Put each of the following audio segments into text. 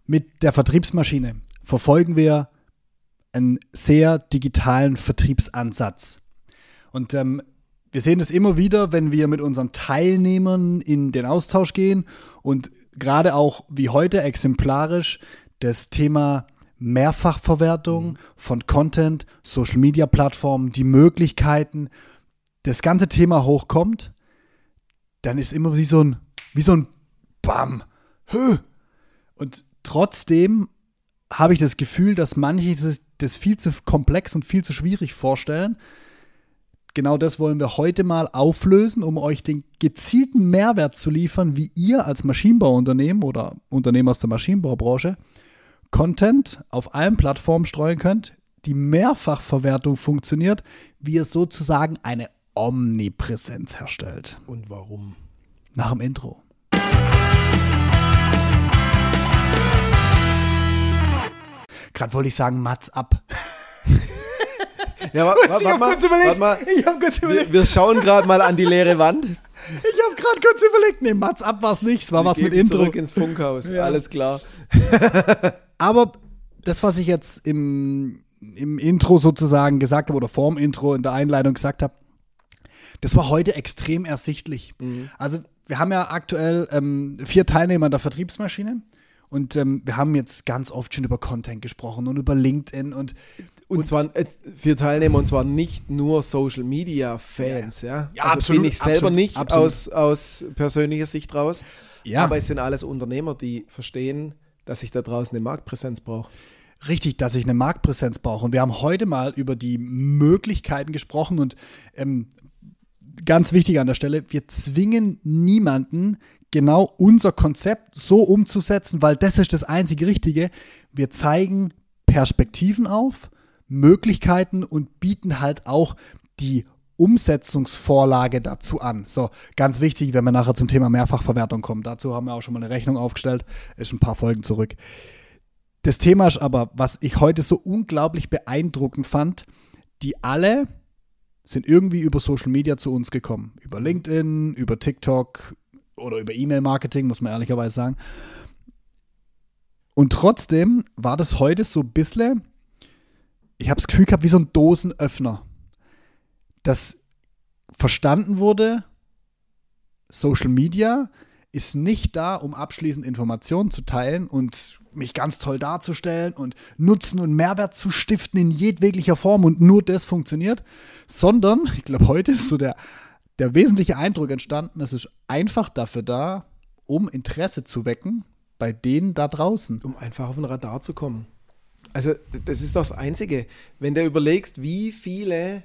Mit der Vertriebsmaschine verfolgen wir einen sehr digitalen Vertriebsansatz. Und wir sehen das immer wieder, wenn wir mit unseren Teilnehmern in den Austausch gehen und gerade auch wie heute exemplarisch das Thema Mehrfachverwertung von Content, Social-Media-Plattformen, die Möglichkeiten, das ganze Thema hochkommt, dann ist immer wie so ein Bam. Und trotzdem habe ich das Gefühl, dass manche das viel zu komplex und viel zu schwierig vorstellen. Genau das wollen wir heute mal auflösen, um euch den gezielten Mehrwert zu liefern, wie ihr als Maschinenbauunternehmen oder Unternehmen aus der Maschinenbaubranche Content auf allen Plattformen streuen könnt, die Mehrfachverwertung funktioniert, wie ihr sozusagen eine Omnipräsenz herstellt. Und warum? Nach dem Intro. Gerade wollte ich sagen, Mats ab. Ja, warte mal. Wir schauen gerade mal an die leere Wand. Ich habe gerade kurz überlegt, nee, Mats ab war es nicht, es war was mit Intro. Zurück ins Funkhaus, ja. Alles klar. Aber das, was ich jetzt im Intro sozusagen gesagt habe oder vorm Intro in der Einleitung gesagt habe, das war heute extrem ersichtlich. Mhm. Also wir haben ja aktuell 4 Teilnehmer in der Vertriebsmaschine und wir haben jetzt ganz oft schon über Content gesprochen und über LinkedIn und zwar 4 Teilnehmer und zwar nicht nur Social-Media-Fans, ja. Ja, also absolut, bin ich selber absolut, nicht absolut. Aus persönlicher Sicht raus. Ja. Aber es sind alles Unternehmer, die verstehen, dass ich da draußen eine Marktpräsenz brauche. Richtig, dass ich eine Marktpräsenz brauche. Und wir haben heute mal über die Möglichkeiten gesprochen und ganz wichtig an der Stelle, wir zwingen niemanden, genau unser Konzept so umzusetzen, weil das ist das einzige Richtige. Wir zeigen Perspektiven auf, Möglichkeiten und bieten halt auch die Umsetzungsvorlage dazu an. So, ganz wichtig, wenn wir nachher zum Thema Mehrfachverwertung kommen. Dazu haben wir auch schon mal eine Rechnung aufgestellt, ist ein paar Folgen zurück. Das Thema ist aber, was ich heute so unglaublich beeindruckend fand, die alle sind irgendwie über Social Media zu uns gekommen. Über LinkedIn, über TikTok oder über E-Mail-Marketing, muss man ehrlicherweise sagen. Und trotzdem war das heute so ein bisschen, ich habe das Gefühl gehabt, wie so ein Dosenöffner. Dass verstanden wurde, Social Media ist nicht da, um abschließend Informationen zu teilen und mich ganz toll darzustellen und Nutzen und Mehrwert zu stiften in jedweglicher Form und nur das funktioniert, sondern, ich glaube, heute ist so der wesentliche Eindruck entstanden, es ist einfach dafür da, um Interesse zu wecken bei denen da draußen. Um einfach auf den Radar zu kommen. Also das ist das Einzige. Wenn du überlegst, wie viele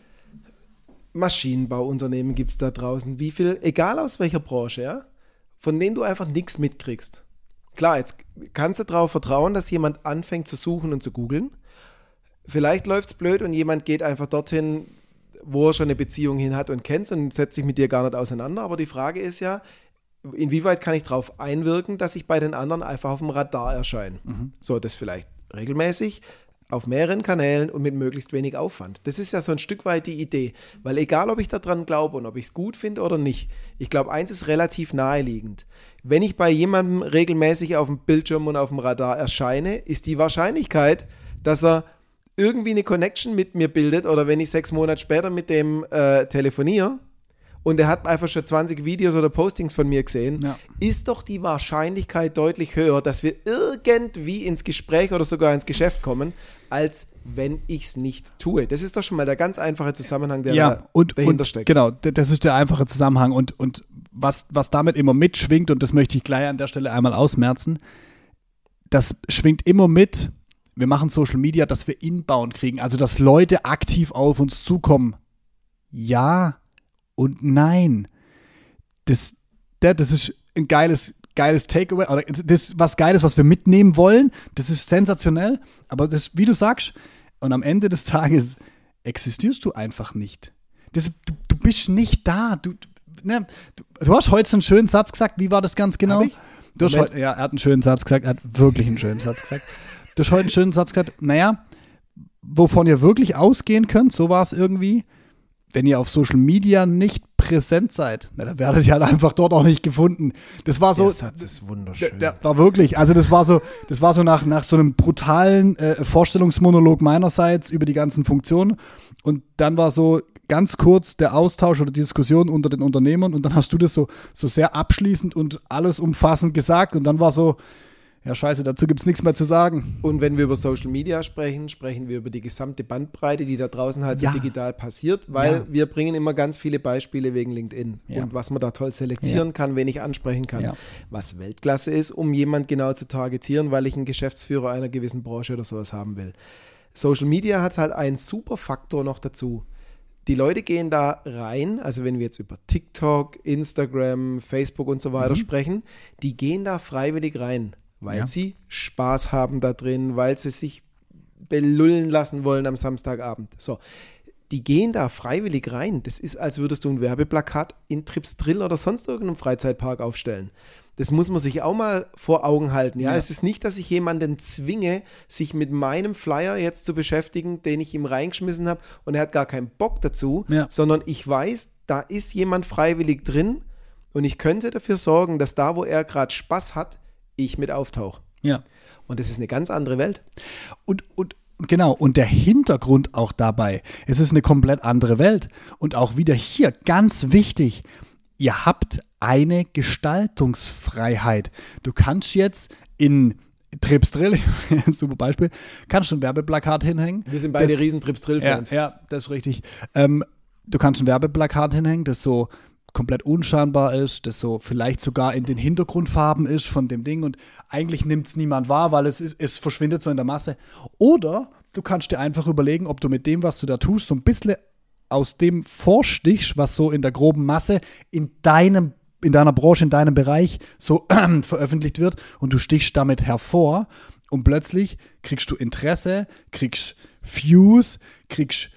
Maschinenbauunternehmen gibt es da draußen, wie viel, egal aus welcher Branche, ja, von denen du einfach nichts mitkriegst. Klar, jetzt kannst du darauf vertrauen, dass jemand anfängt zu suchen und zu googeln. Vielleicht läuft es blöd und jemand geht einfach dorthin, wo er schon eine Beziehung hin hat und kennt und setzt sich mit dir gar nicht auseinander. Aber die Frage ist ja, inwieweit kann ich darauf einwirken, dass ich bei den anderen einfach auf dem Radar erscheine. Mhm. So, das vielleicht regelmäßig, auf mehreren Kanälen und mit möglichst wenig Aufwand. Das ist ja so ein Stück weit die Idee. Weil egal, ob ich daran glaube und ob ich es gut finde oder nicht, ich glaube, eins ist relativ naheliegend. Wenn ich bei jemandem regelmäßig auf dem Bildschirm und auf dem Radar erscheine, ist die Wahrscheinlichkeit, dass er irgendwie eine Connection mit mir bildet oder wenn ich 6 Monate später mit dem telefoniere und er hat einfach schon 20 Videos oder Postings von mir gesehen, ja, ist doch die Wahrscheinlichkeit deutlich höher, dass wir irgendwie ins Gespräch oder sogar ins Geschäft kommen, als wenn ich es nicht tue. Das ist doch schon mal der ganz einfache Zusammenhang, der dahinter steckt. Genau, das ist der einfache Zusammenhang und was damit immer mitschwingt, und das möchte ich gleich an der Stelle einmal ausmerzen, das schwingt immer mit, wir machen Social Media, dass wir Inbound kriegen, also dass Leute aktiv auf uns zukommen. Ja und nein. Das ist ein geiles Takeaway, oder das ist was Geiles, was wir mitnehmen wollen. Das ist sensationell, aber das, wie du sagst, und am Ende des Tages existierst du einfach nicht. Du bist nicht da. Du hast heute so einen schönen Satz gesagt. Wie war das ganz genau? Er hat einen schönen Satz gesagt. Er hat wirklich einen schönen Satz gesagt. Du hast heute einen schönen Satz gesagt. Naja, wovon ihr wirklich ausgehen könnt, so war es irgendwie, wenn ihr auf Social Media nicht präsent seid, dann werdet ihr halt einfach dort auch nicht gefunden. Das war so. Der Satz ist wunderschön. Der war wirklich, also das war so nach so einem brutalen Vorstellungsmonolog meinerseits über die ganzen Funktionen. Und dann war so ganz kurz der Austausch oder die Diskussion unter den Unternehmern und dann hast du das so sehr abschließend und alles umfassend gesagt und dann war so, ja scheiße, dazu gibt es nichts mehr zu sagen. Und wenn wir über Social Media sprechen, sprechen wir über die gesamte Bandbreite, die da draußen halt so digital passiert, weil wir bringen immer ganz viele Beispiele wegen LinkedIn und was man da toll selektieren kann, wen ich ansprechen kann. Was Weltklasse ist, um jemand genau zu targetieren, weil ich einen Geschäftsführer einer gewissen Branche oder sowas haben will. Social Media hat halt einen super Faktor noch dazu. Die Leute gehen da rein, also wenn wir jetzt über TikTok, Instagram, Facebook und so weiter sprechen, die gehen da freiwillig rein. Weil sie Spaß haben da drin, weil sie sich belullen lassen wollen am Samstagabend. So, die gehen da freiwillig rein. Das ist, als würdest du ein Werbeplakat in Trips Drill oder sonst irgendeinem Freizeitpark aufstellen. Das muss man sich auch mal vor Augen halten. Ja? Es ist nicht, dass ich jemanden zwinge, sich mit meinem Flyer jetzt zu beschäftigen, den ich ihm reingeschmissen habe und er hat gar keinen Bock dazu, sondern ich weiß, da ist jemand freiwillig drin und ich könnte dafür sorgen, dass da, wo er gerade Spaß hat, ich mit auftauche. Ja. Und das ist eine ganz andere Welt. Und genau, und der Hintergrund auch dabei, es ist eine komplett andere Welt. Und auch wieder hier, ganz wichtig, ihr habt eine Gestaltungsfreiheit. Du kannst jetzt in Trips Drill, super Beispiel, kannst du ein Werbeplakat hinhängen. Wir sind beide riesen Trips Drill-Fans. Ja, das ist richtig. Du kannst ein Werbeplakat hinhängen, das so komplett unscheinbar ist, das so vielleicht sogar in den Hintergrundfarben ist von dem Ding und eigentlich nimmt es niemand wahr, weil es verschwindet so in der Masse. Oder du kannst dir einfach überlegen, ob du mit dem, was du da tust, so ein bisschen aus dem vorstichst, was so in der groben Masse in deiner Branche, in deinem Bereich so veröffentlicht wird und du stichst damit hervor und plötzlich kriegst du Interesse, kriegst Views, kriegst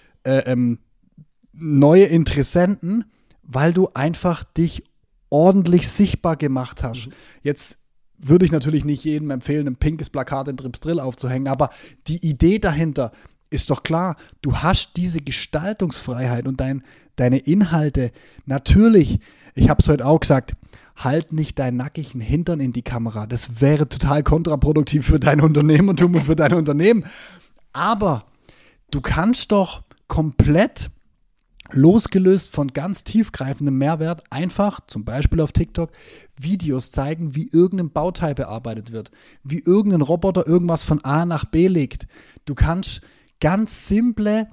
neue Interessenten, weil du einfach dich ordentlich sichtbar gemacht hast. Jetzt würde ich natürlich nicht jedem empfehlen, ein pinkes Plakat in Trips Drill aufzuhängen, aber die Idee dahinter ist doch klar, du hast diese Gestaltungsfreiheit und deine Inhalte. Natürlich, ich habe es heute auch gesagt, halt nicht deinen nackigen Hintern in die Kamera. Das wäre total kontraproduktiv für dein Unternehmertum und für dein Unternehmen. Aber du kannst doch komplett losgelöst von ganz tiefgreifendem Mehrwert einfach, zum Beispiel auf TikTok, Videos zeigen, wie irgendein Bauteil bearbeitet wird, wie irgendein Roboter irgendwas von A nach B legt. Du kannst ganz simple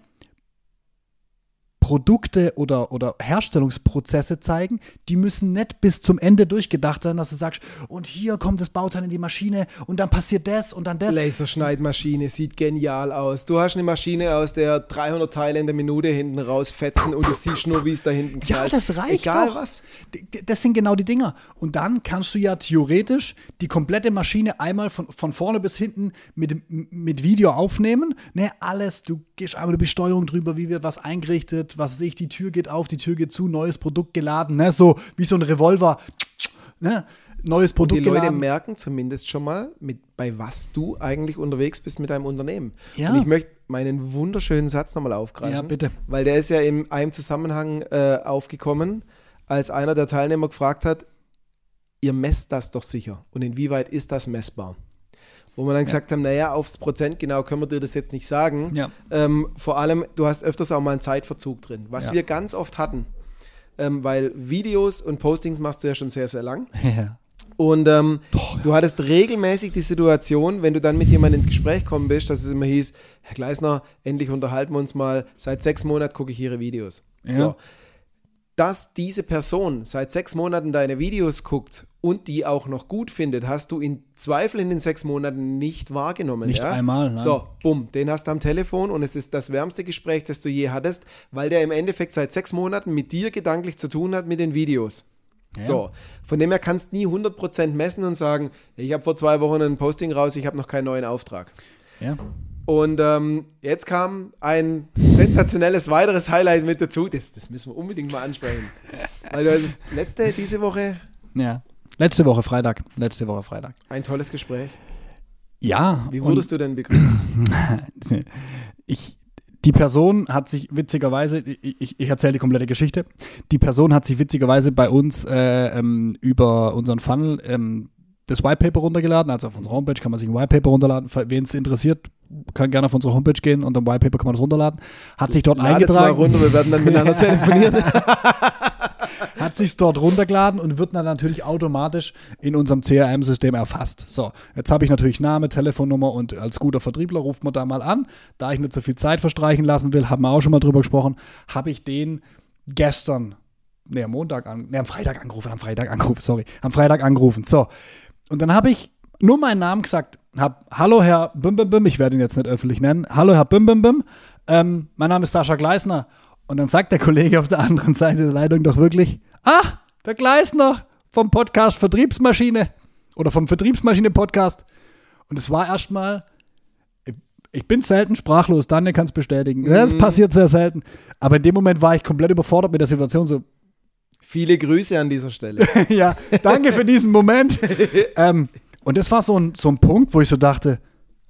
Produkte oder Herstellungsprozesse zeigen, die müssen nicht bis zum Ende durchgedacht sein, dass du sagst, und hier kommt das Bauteil in die Maschine und dann passiert das und dann das. Laserschneidmaschine sieht genial aus. Du hast eine Maschine, aus der 300 Teile in der Minute hinten rausfetzen und du siehst nur, wie es da hinten knallt. Ja, das reicht egal doch. Was. Das sind genau die Dinger. Und dann kannst du ja theoretisch die komplette Maschine einmal von vorne bis hinten mit Video aufnehmen. Ne, alles, du gehst einmal über die Steuerung drüber, wie wird was eingerichtet, was sehe ich, die Tür geht auf, die Tür geht zu, neues Produkt geladen, ne, so wie so ein Revolver, ne, neues Produkt geladen. Und die Leute merken zumindest schon mal, bei was du eigentlich unterwegs bist mit deinem Unternehmen. Ja. Und ich möchte meinen wunderschönen Satz nochmal aufgreifen. Ja, bitte. Weil der ist ja in einem Zusammenhang aufgekommen, als einer der Teilnehmer gefragt hat, ihr messt das doch sicher. Und inwieweit ist das messbar? Wo wir dann gesagt haben, naja, aufs Prozent genau können wir dir das jetzt nicht sagen. Ja. Vor allem, du hast öfters auch mal einen Zeitverzug drin. Was wir ganz oft hatten, weil Videos und Postings machst du ja schon sehr, sehr lang. Ja. Und du hattest regelmäßig die Situation, wenn du dann mit jemandem ins Gespräch kommen bist, dass es immer hieß, Herr Gleisner, endlich unterhalten wir uns mal, seit 6 Monaten gucke ich Ihre Videos. Ja. So. Dass diese Person seit 6 Monaten deine Videos guckt und die auch noch gut findet, hast du in Zweifel in den 6 Monaten nicht wahrgenommen. Nicht einmal, nein. So, bumm, den hast du am Telefon und es ist das wärmste Gespräch, das du je hattest, weil der im Endeffekt seit 6 Monaten mit dir gedanklich zu tun hat mit den Videos. Ja. So, von dem her kannst du nie 100% messen und sagen, ich habe vor 2 Wochen ein Posting raus, ich habe noch keinen neuen Auftrag. Ja. Und jetzt kam ein sensationelles weiteres Highlight mit dazu. Das müssen wir unbedingt mal ansprechen. Weil du hattest diese Woche. Ja. Letzte Woche Freitag. Ein tolles Gespräch. Ja. Wie wurdest du denn begrüßt? Die Person hat sich witzigerweise, ich erzähle die komplette Geschichte, die Person hat sich witzigerweise bei uns über unseren Funnel das Whitepaper runtergeladen, also auf unserer Homepage kann man sich ein Whitepaper runterladen, wen es interessiert, kann gerne auf unsere Homepage gehen und am Whitepaper kann man das runterladen, hat sich dort eingetragen. Mal runter, wir werden dann miteinander telefonieren. Hat sich dort runtergeladen und wird dann natürlich automatisch in unserem CRM-System erfasst. So, jetzt habe ich natürlich Name, Telefonnummer und als guter Vertriebler ruft man da mal an. Da ich nicht so viel Zeit verstreichen lassen will, haben wir auch schon mal drüber gesprochen, habe ich den gestern, am Freitag angerufen. So, und dann habe ich nur meinen Namen gesagt, hallo Herr Bim Bim Bim, ich werde ihn jetzt nicht öffentlich nennen, hallo Herr Bim Bim Bim, mein Name ist Sascha Gleisner. Und dann sagt der Kollege auf der anderen Seite der Leitung doch wirklich, der Gleisner vom Podcast Vertriebsmaschine oder vom Vertriebsmaschine-Podcast. Und es war erstmal, ich bin selten sprachlos, Daniel kann es bestätigen. Das passiert sehr selten. Aber in dem Moment war ich komplett überfordert mit der Situation. So. Viele Grüße an dieser Stelle. Ja, danke für diesen Moment. Und das war so ein Punkt, wo ich so dachte,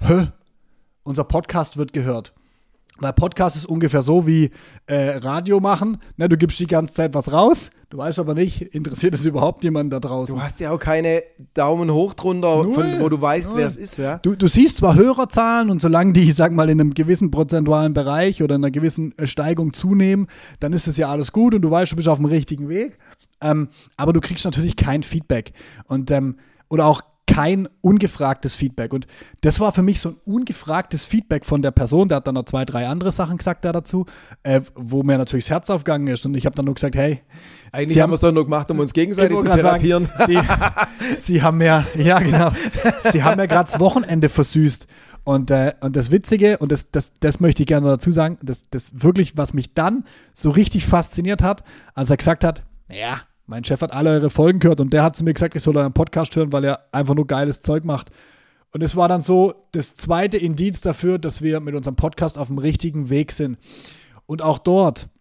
unser Podcast wird gehört. Weil Podcast ist ungefähr so wie Radio machen. Ne, du gibst die ganze Zeit was raus, du weißt aber nicht, interessiert es überhaupt jemanden da draußen. Du hast ja auch keine Daumen hoch drunter, wo du weißt, wer es ist. Ja? Du siehst zwar Hörerzahlen und solange die, ich sag mal, in einem gewissen prozentualen Bereich oder in einer gewissen Steigung zunehmen, dann ist es ja alles gut und du weißt, du bist auf dem richtigen Weg. Aber du kriegst natürlich kein Feedback. Oder auch kein ungefragtes Feedback. Und das war für mich so ein ungefragtes Feedback von der Person. Der hat dann noch 2, 3 andere Sachen gesagt dazu, wo mir natürlich das Herz aufgegangen ist. Und ich habe dann nur gesagt, hey, eigentlich haben wir es doch nur gemacht, um uns gegenseitig zu therapieren. Sie haben mir, ja genau, Sie haben mir gerade das Wochenende versüßt. Und das Witzige, und das möchte ich gerne dazu sagen, das wirklich, was mich dann so richtig fasziniert hat, als er gesagt hat, ja, mein Chef hat alle eure Folgen gehört und der hat zu mir gesagt, ich soll euren Podcast hören, weil er einfach nur geiles Zeug macht. Und es war dann so das zweite Indiz dafür, dass wir mit unserem Podcast auf dem richtigen Weg sind. Und auch dort,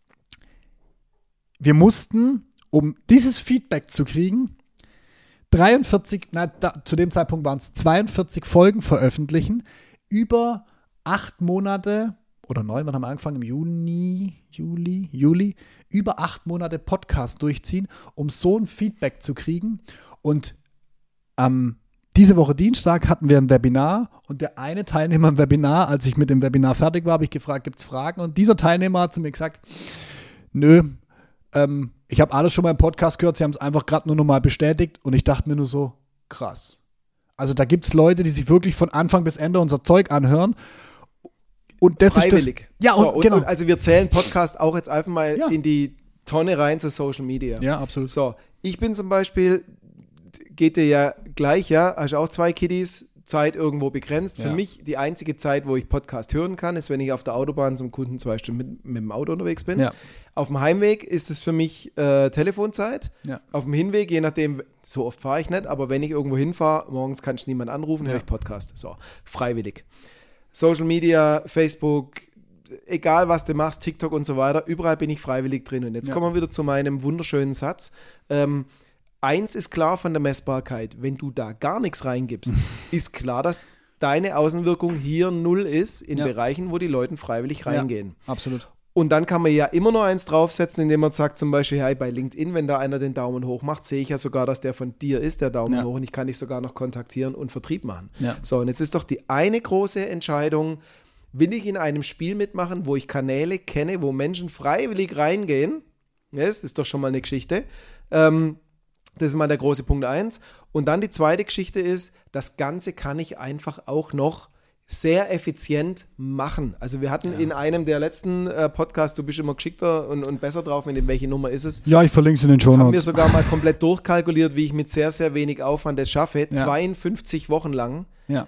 wir mussten, um dieses Feedback zu kriegen, zu dem Zeitpunkt waren es 42 Folgen veröffentlichen, über 8 Monate oder 9, wann haben wir angefangen? Im Juli, über 8 Monate Podcast durchziehen, um so ein Feedback zu kriegen. Und diese Woche Dienstag hatten wir ein Webinar und der eine Teilnehmer im Webinar, als ich mit dem Webinar fertig war, habe ich gefragt, gibt es Fragen? Und dieser Teilnehmer hat zu mir gesagt, nö, ich habe alles schon mal im Podcast gehört, sie haben es einfach gerade nur nochmal bestätigt und ich dachte mir nur so, krass. Also da gibt es Leute, die sich wirklich von Anfang bis Ende unser Zeug anhören. Und das freiwillig. Ist das, ja, genau. Und also wir zählen Podcast auch jetzt einfach mal in die Tonne rein zu Social Media. Ja, absolut. So, ich bin zum Beispiel, geht dir ja gleich, ja, hast auch 2 Kiddies, Zeit irgendwo begrenzt. Für mich die einzige Zeit, wo ich Podcast hören kann, ist, wenn ich auf der Autobahn zum Kunden 2 Stunden mit dem Auto unterwegs bin. Ja. Auf dem Heimweg ist es für mich Telefonzeit. Ja. Auf dem Hinweg, je nachdem, so oft fahre ich nicht, aber wenn ich irgendwo hinfahre, morgens kann ich niemand anrufen, höre ich Podcast. So, freiwillig. Social Media, Facebook, egal was du machst, TikTok und so weiter, überall bin ich freiwillig drin. Und jetzt kommen wir wieder zu meinem wunderschönen Satz. Eins ist klar von der Messbarkeit, wenn du da gar nichts reingibst, ist klar, dass deine Außenwirkung hier 0 ist in Bereichen, wo die Leute freiwillig reingehen. Ja, absolut. Und dann kann man ja immer noch eins draufsetzen, indem man sagt zum Beispiel, hey, bei LinkedIn, wenn da einer den Daumen hoch macht, sehe ich ja sogar, dass der von dir ist, der Daumen hoch, und ich kann dich sogar noch kontaktieren und Vertrieb machen. Ja. So, und jetzt ist doch die eine große Entscheidung, will ich in einem Spiel mitmachen, wo ich Kanäle kenne, wo Menschen freiwillig reingehen? Das ist doch schon mal eine Geschichte. Das ist mal der große Punkt 1. Und dann die zweite Geschichte ist, das Ganze kann ich einfach auch noch sehr effizient machen. Also wir hatten in einem der letzten Podcasts, du bist immer geschickter und besser drauf, mit dem, welche Nummer ist es. Ja, ich verlinke es in den Shownotes. Haben wir sogar mal komplett durchkalkuliert, wie ich mit sehr, sehr wenig Aufwand das schaffe. 52 Wochen lang. Ja.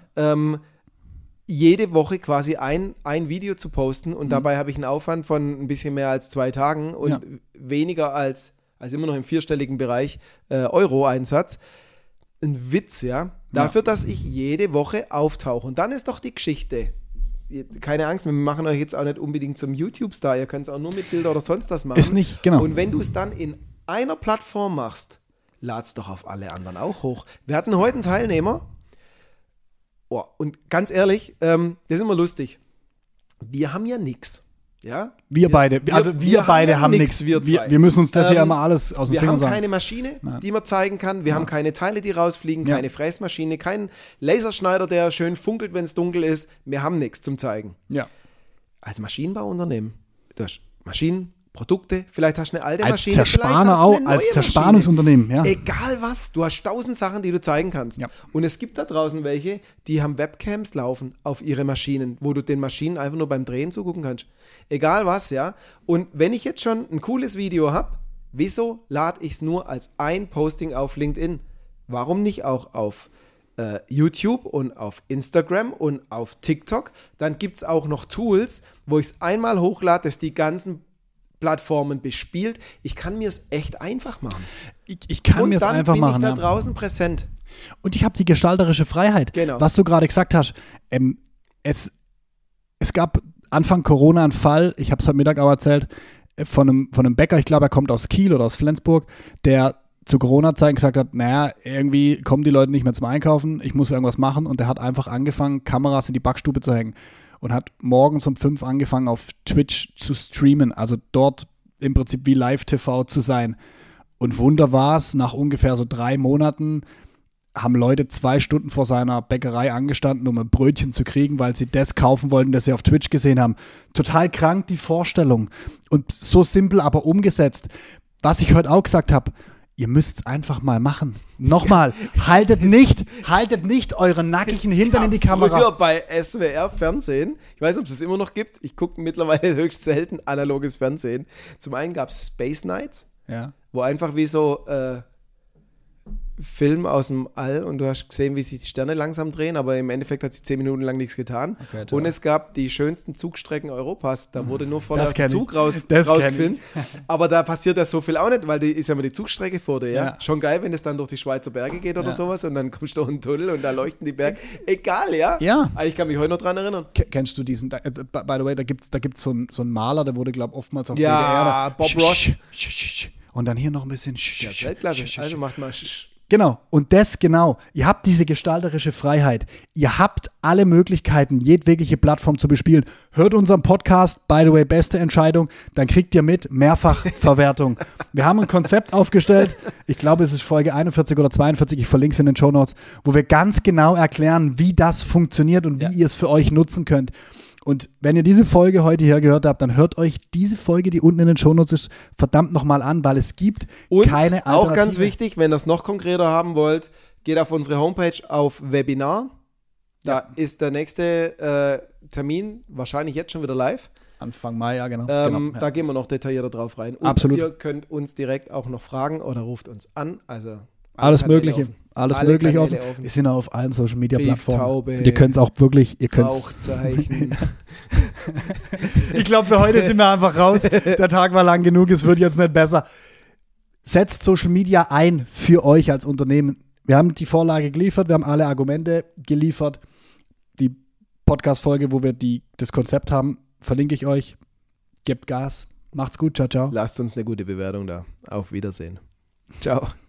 Jede Woche quasi ein Video zu posten und dabei habe ich einen Aufwand von ein bisschen mehr als 2 Tagen und weniger als immer noch im 4-stelligen Bereich Euro-Einsatz. Ein Witz, ja. Dafür, dass ich jede Woche auftauche. Und dann ist doch die Geschichte, keine Angst, wir machen euch jetzt auch nicht unbedingt zum YouTube-Star, ihr könnt es auch nur mit Bildern oder sonst was machen. Ist nicht, genau. Und wenn du es dann in einer Plattform machst, lad's doch auf alle anderen auch hoch. Wir hatten heute einen Teilnehmer, und ganz ehrlich, das ist immer lustig. wir haben ja nichts. Ja? Wir beide haben nichts. Wir müssen uns das hier immer alles aus dem Finger sagen. Wir haben keine Maschine, die man zeigen kann. Wir haben keine Teile, die rausfliegen, keine Fräsmaschine, keinen Laserschneider, der schön funkelt, wenn es dunkel ist. Wir haben nichts zum Zeigen. Ja. Als Maschinenbauunternehmen, du hast Maschinen, Produkte, vielleicht hast du eine alte Maschine. Zerspaner auch, als Zerspanungsunternehmen. Ja. Egal was, du hast 1000 Sachen, die du zeigen kannst. Ja. Und es gibt da draußen welche, die haben Webcams laufen auf ihre Maschinen, wo du den Maschinen einfach nur beim Drehen zugucken kannst. Egal was, ja. Und wenn ich jetzt schon ein cooles Video habe, wieso lade ich es nur als ein Posting auf LinkedIn? Warum nicht auch auf YouTube und auf Instagram und auf TikTok? Dann gibt es auch noch Tools, wo ich es einmal hochlade, dass die ganzen Plattformen bespielt. Ich kann mir es echt einfach machen. Ich kann mir es einfach machen. Und dann bin ich da draußen präsent. Und ich habe die gestalterische Freiheit. Genau. Was du gerade gesagt hast. Es gab Anfang Corona einen Fall, ich habe es heute Mittag auch erzählt, von einem Bäcker, ich glaube, er kommt aus Kiel oder aus Flensburg, der zu Corona-Zeiten gesagt hat, naja, irgendwie kommen die Leute nicht mehr zum Einkaufen, ich muss irgendwas machen, und der hat einfach angefangen, Kameras in die Backstube zu hängen und hat morgens um 5 angefangen, auf Twitch zu streamen, also dort im Prinzip wie Live-TV zu sein. Und Wunder war es, nach ungefähr so 3 Monaten haben Leute 2 Stunden vor seiner Bäckerei angestanden, um ein Brötchen zu kriegen, weil sie das kaufen wollten, das sie auf Twitch gesehen haben. Total krank, die Vorstellung. Und so simpel, aber umgesetzt. Was ich heute auch gesagt habe, ihr müsst es einfach mal machen. Nochmal, haltet nicht euren nackigen Hintern in die Kamera. Früher bei SWR Fernsehen, ich weiß nicht, ob es das immer noch gibt, ich gucke mittlerweile höchst selten analoges Fernsehen. Zum einen gab es Space Nights, wo einfach wie so Film aus dem All, und du hast gesehen, wie sich die Sterne langsam drehen, aber im Endeffekt hat sich 10 Minuten lang nichts getan. Okay, und es gab die schönsten Zugstrecken Europas, da wurde nur vorne aus dem Zug rausgefilmt. Aber da passiert ja so viel auch nicht, weil die ist ja immer die Zugstrecke vor dir, ja? Schon geil, wenn es dann durch die Schweizer Berge geht oder sowas, und dann kommst du durch einen Tunnel und da leuchten die Berge. Egal, ja? Aber ich kann mich heute noch dran erinnern. Kennst du diesen, by the way, da gibt's so einen Maler, der wurde, glaube ich, oftmals auf WDR. Bob Ross. Und dann hier noch ein bisschen Ja, Weltklasse, also macht mal Genau, und das genau. Ihr habt diese gestalterische Freiheit. Ihr habt alle Möglichkeiten, jedwegliche Plattform zu bespielen. Hört unseren Podcast, by the way, beste Entscheidung, dann kriegt ihr mit Mehrfachverwertung. Wir haben ein Konzept aufgestellt, ich glaube, es ist Folge 41 oder 42, ich verlinke es in den Shownotes, wo wir ganz genau erklären, wie das funktioniert und wie ihr es für euch nutzen könnt. Und wenn ihr diese Folge heute hier gehört habt, dann hört euch diese Folge, die unten in den Shownotes ist, verdammt nochmal an, weil es gibt keine Alternative. Auch ganz wichtig, wenn ihr es noch konkreter haben wollt, geht auf unsere Homepage auf Webinar. Da ist der nächste Termin, wahrscheinlich jetzt schon wieder live. Anfang Mai, ja, genau. Da gehen wir noch detaillierter drauf rein. Und absolut. Ihr könnt uns direkt auch noch fragen oder ruft uns an. Also alles Mögliche. Alles Mögliche offen. Wir sind auch auf allen Social Media Plattformen. Ihr könnt es auch wirklich, Rauchzeichen. Ich glaube, für heute sind wir einfach raus. Der Tag war lang genug, es wird jetzt nicht besser. Setzt Social Media ein für euch als Unternehmen. Wir haben die Vorlage geliefert, wir haben alle Argumente geliefert. Die Podcast-Folge, wo wir das Konzept haben, verlinke ich euch. Gebt Gas. Macht's gut. Ciao, ciao. Lasst uns eine gute Bewertung da. Auf Wiedersehen. Ciao.